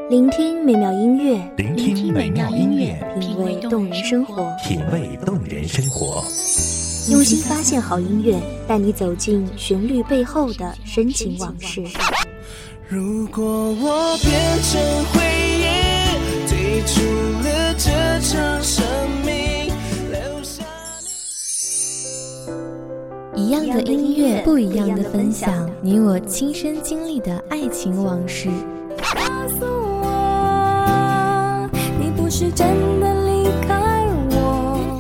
聆听美妙音乐， 聆听美妙音乐， 品味动人生活， 品味动人生活。 用心发现好音乐，带你走进旋律背后的深情往事。 如果我变成回忆，退出了这场生命，留下一样的音乐，不一样的分享，你我亲身经历的爱情往事。 告诉我，你不是真的离开我。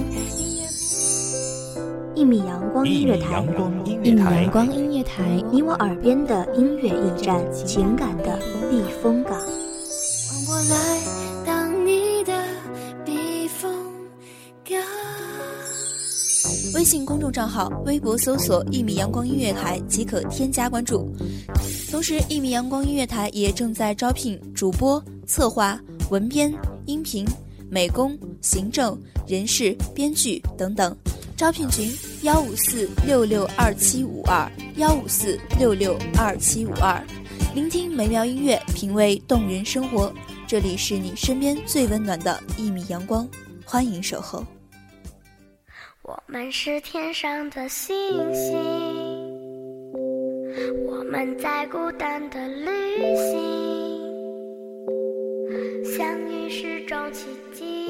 一米阳光音乐台， 一米阳光音乐台， 你我耳边的音乐驿站，情感的避风港。 让我来当你的避风港。 微信公众账号、微博搜索“一米阳光音乐台”即可添加关注。同时，一米阳光音乐台也正在招聘主播、策划、文编、音频、美工、行政、人事、编剧等等。招聘群154662752，154662752。聆听美妙音乐，品味动人生活。这里是你身边最温暖的一米阳光，欢迎守候。 我们是天上的星星，我们在孤单的旅行，相遇是种奇迹，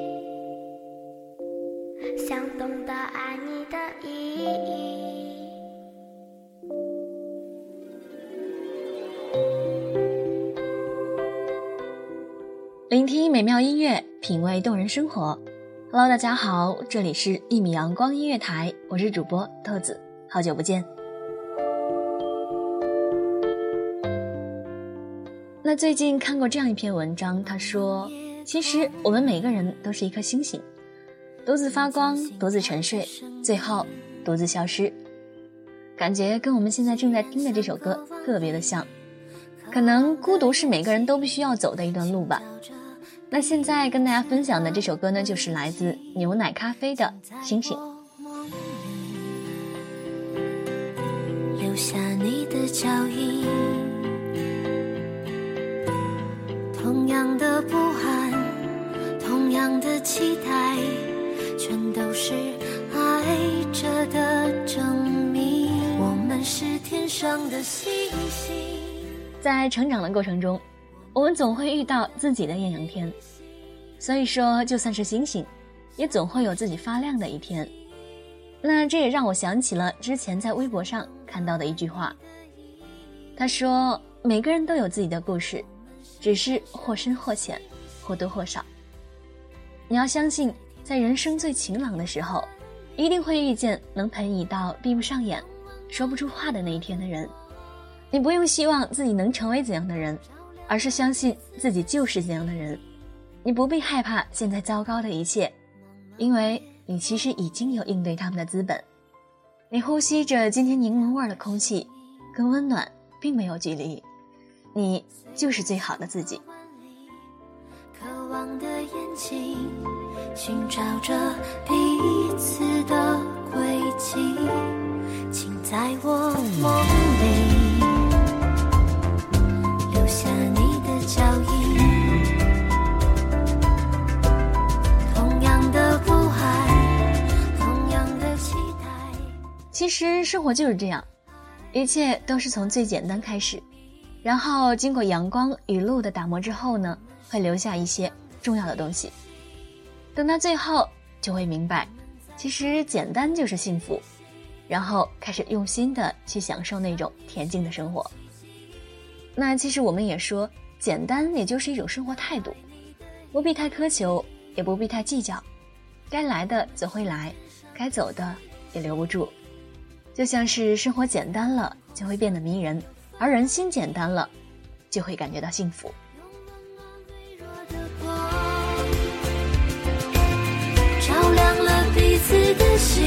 想懂得爱你的意义。 聆听美妙音乐，品味动人生活。Hello， 大家好，这里是一米阳光音乐台，我是主播豆子，好久不见。那最近看过这样一篇文章，他说，其实我们每个人都是一颗星星，独自发光，独自沉睡，最后独自消失。感觉跟我们现在正在听的这首歌特别的像，可能孤独是每个人都必须要走的一段路吧。那现在跟大家分享的这首歌呢，就是来自牛奶咖啡的星星。 留下你的脚印，同样的不安，同样的期待，全都是爱着的证明。我们是天上的星星。 在成长的过程中，我们总会遇到自己的艳阳天，所以说就算是星星，也总会有自己发亮的一天。那这也让我想起了之前在微博上看到的一句话，他说每个人都有自己的故事，只是或深或浅，或多或少。你要相信，在人生最晴朗的时候，一定会遇见能陪你到闭不上眼说不出话的那一天的人。你不用希望自己能成为怎样的人，而是相信自己就是怎样的人。你不必害怕现在糟糕的一切，因为你其实已经有应对他们的资本。你呼吸着今天柠檬味的空气，跟温暖并没有距离，你就是最好的自己。 渴望的眼睛，寻找着彼此的轨迹，请在我梦里留下你的脚印，同样的不安，同样的期待。 其实生活就是这样，一切都是从最简单开始，然后经过阳光雨露的打磨之后呢，会留下一些重要的东西。等到最后就会明白，其实简单就是幸福，然后开始用心的去享受那种恬静的生活。那其实我们也说，简单也就是一种生活态度，不必太苛求，也不必太计较，该来的总会来，该走的也留不住。就像是生活简单了就会变得迷人，而人心简单了就会感觉到幸福。 照亮了彼此的心，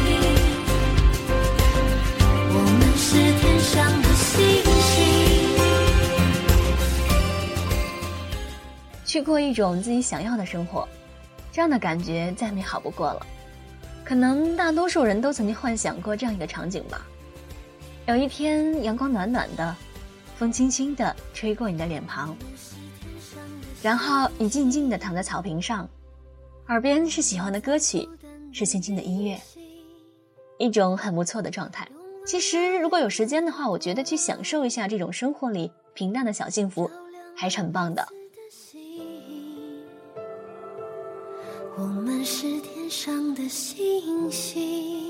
我们是天上的星星。 去过一种自己想要的生活，这样的感觉再美好不过了。可能大多数人都曾经幻想过这样一个场景吧，有一天阳光暖暖的，风轻轻地吹过你的脸庞， 然后你静静地躺在草坪上，耳边是喜欢的歌曲，是轻轻的音乐，一种很不错的状态。其实如果有时间的话，我觉得去享受一下这种生活里平淡的小幸福还是很棒的。 我们是天上的星星。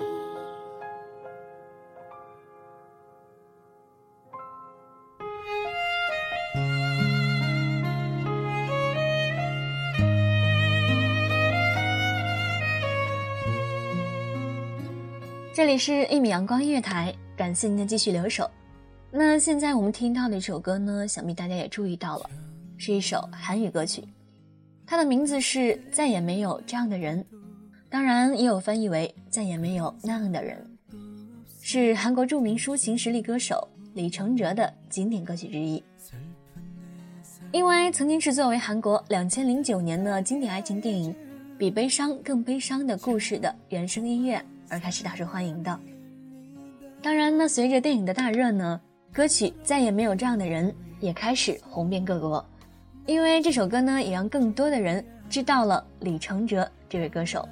这里是1米阳光音乐台，感谢您的继续留守。那现在我们听到的一首歌呢，想必大家也注意到了，是一首韩语歌曲，它的名字是再也没有这样的人，当然也有翻译为再也没有那样的人，是韩国著名抒情实力歌手李承哲的经典歌曲之一。因为曾经是作为韩国2009年的经典爱情电影《比悲伤更悲伤的故事》的原声音乐而开始大受欢迎的。当然呢，随着电影的大热呢，歌曲再也没有这样的人也开始红遍各国，因为这首歌呢也让更多的人知道了李承哲这位歌手。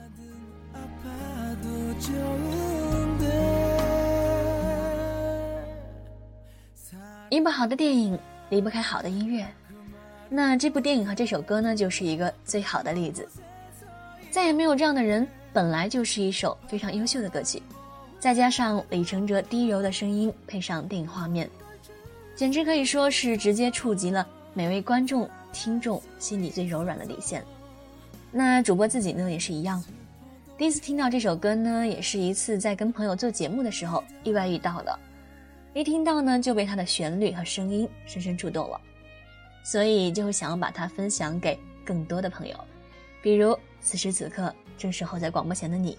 一部好的电影离不开好的音乐，那这部电影和这首歌呢就是一个最好的例子。再也没有这样的人本来就是一首非常优秀的歌曲，再加上李承哲低柔的声音配上电影画面，简直可以说是直接触及了每位观众听众心里最柔软的底线。那主播自己呢也是一样，第一次听到这首歌呢也是一次在跟朋友做节目的时候意外遇到的，一听到呢就被它的旋律和声音深深触动了，所以就会想要把它分享给更多的朋友，比如此时此刻正守候在广播前的你。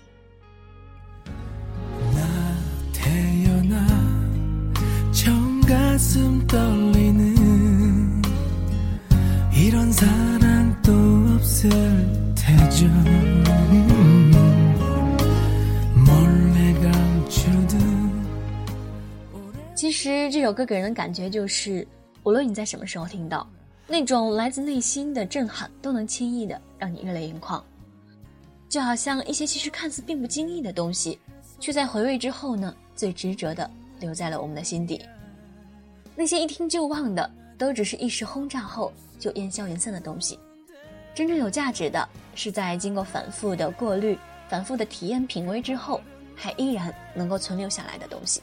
其实这首歌给人的感觉就是，无论你在什么时候听到，那种来自内心的震撼都能轻易的让你热泪盈眶。就好像一些其实看似并不经意的东西，却在回味之后呢，最执着的留在了我们的心底。那些一听就忘的，都只是一时轰炸后就烟消云散的东西。真正有价值的，是在经过反复的过滤、反复的体验品味之后，还依然能够存留下来的东西。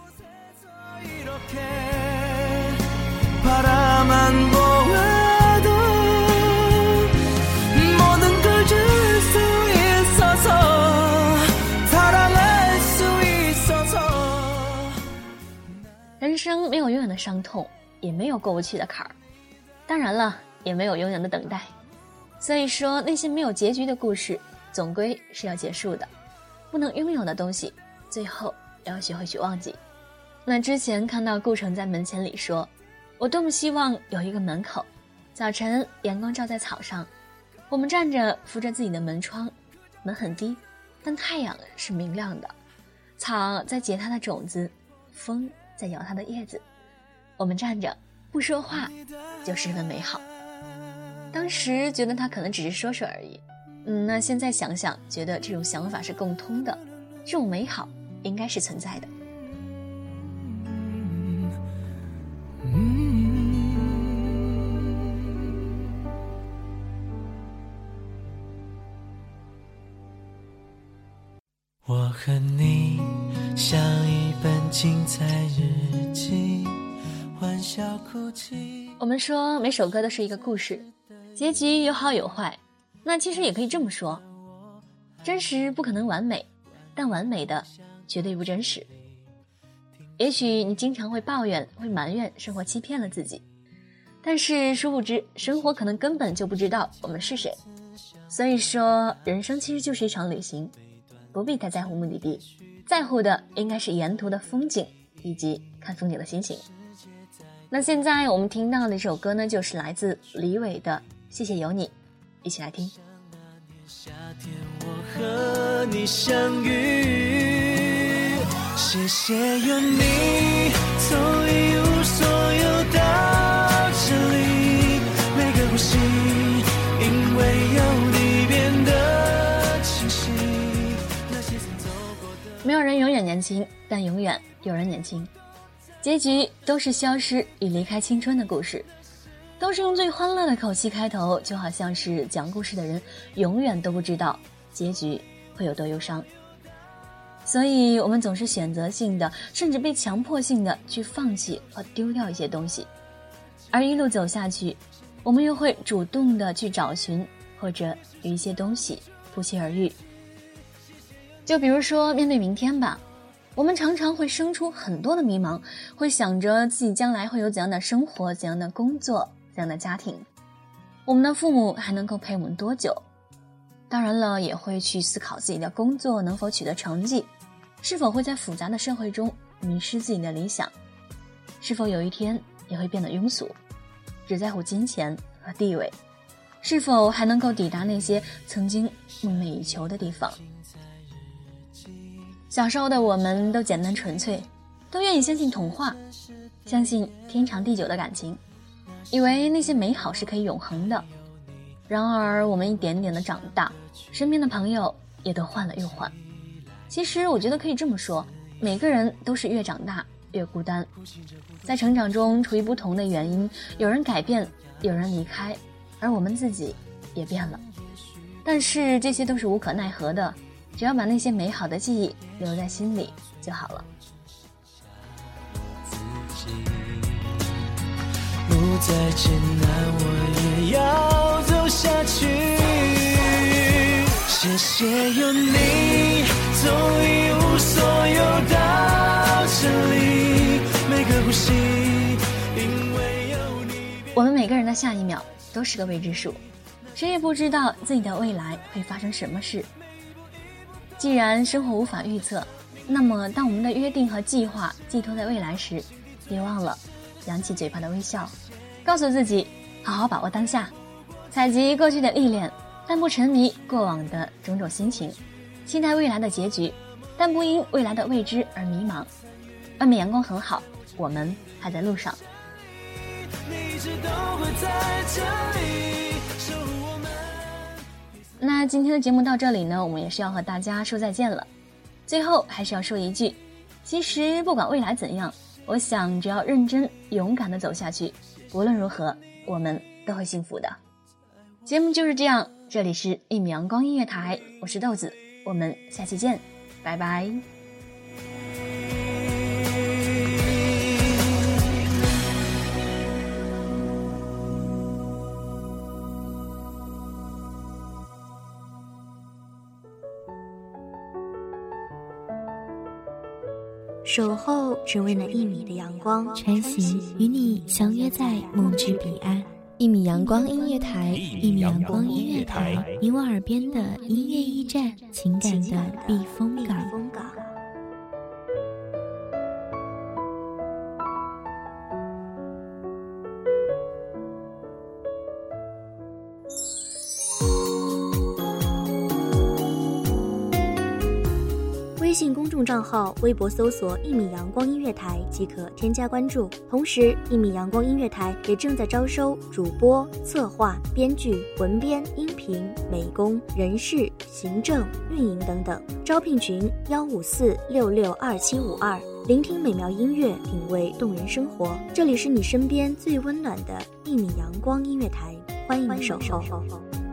人生没有永远的伤痛，也没有过不去的坎儿，当然了，也没有永远的等待。所以说，那些没有结局的故事，总归是要结束的。不能拥有的东西，最后要学会去忘记。那之前看到顾城在门前里说，我多么希望有一个门口，早晨阳光照在草上，我们站着扶着自己的门窗，门很低，但太阳是明亮的，草在结它的种子，风在摇它的叶子，我们站着不说话就十分美好。当时觉得他可能只是说说而已，那现在想想，觉得这种想法是共通的，这种美好应该是存在的。 我和你像一本精彩日记，欢笑哭泣。 我们说每首歌都是一个故事，结局有好有坏，那其实也可以这么说，真实不可能完美，但完美的绝对不真实。也许你经常会抱怨，会埋怨生活欺骗了自己，但是殊不知生活可能根本就不知道我们是谁。所以说人生其实就是一场旅行，不必太在乎目的地，在乎的应该是沿途的风景以及看风景的心情。那现在我们听到的一首歌呢，就是来自李伟的谢谢有你，一起来听。 夏天我和你相遇，谢谢有你从一无所有到这里，每个故事轻，但永远有人年轻。结局都是消失与离开青春的故事，都是用最欢乐的口气开头，就好像是讲故事的人永远都不知道结局会有多忧伤。所以我们总是选择性的，甚至被强迫性的去放弃和丢掉一些东西，而一路走下去，我们又会主动的去找寻，或者与一些东西不期而遇。就比如说面对明天吧，我们常常会生出很多的迷茫，会想着自己将来会有怎样的生活，怎样的工作，怎样的家庭，我们的父母还能够陪我们多久。当然了，也会去思考自己的工作能否取得成绩，是否会在复杂的社会中迷失自己的理想，是否有一天也会变得庸俗，只在乎金钱和地位，是否还能够抵达那些曾经梦寐以求的地方。小时候的我们都简单纯粹，都愿意相信童话，相信天长地久的感情，以为那些美好是可以永恒的。然而我们一点点的长大，身边的朋友也都换了又换。其实我觉得可以这么说，每个人都是越长大越孤单，在成长中出于不同的原因，有人改变，有人离开，而我们自己也变了。但是这些都是无可奈何的，只要把那些美好的记忆留在心里就好了。 路再艰难我也要走下去，谢谢有你走一无所有到这里，每个呼吸因为有你。 我们每个人的下一秒都是个未知数，谁也不知道自己的未来会发生什么事。既然生活无法预测，那么当我们的约定和计划寄托在未来时，别忘了扬起嘴巴的微笑，告诉自己好好把握当下，采集过去的历练，但不沉迷过往的种种心情，期待未来的结局，但不因未来的未知而迷茫。外面阳光很好，我们还在路上。那今天的节目到这里呢，我们也是要和大家说再见了。最后还是要说一句，其实不管未来怎样，我想只要认真勇敢地走下去，无论如何我们都会幸福的。节目就是这样，这里是一米阳光音乐台，我是豆子，我们下期见，拜拜。 守候只为那1米的阳光， 穿行与你相约在梦之彼岸。1米阳光音乐台，1米阳光音乐台，你我耳边的音乐驿站，情感的避风港。 微信公众账号、微博搜索1米阳光音乐台即可添加关注。同时1米阳光音乐台也正在招收主播、策划、编剧、文编、音频、美工、人事、行政、运营等等。招聘群154662752，聆听美妙音乐，品味动人生活。这里是你身边最温暖的1米阳光音乐台，欢迎守候。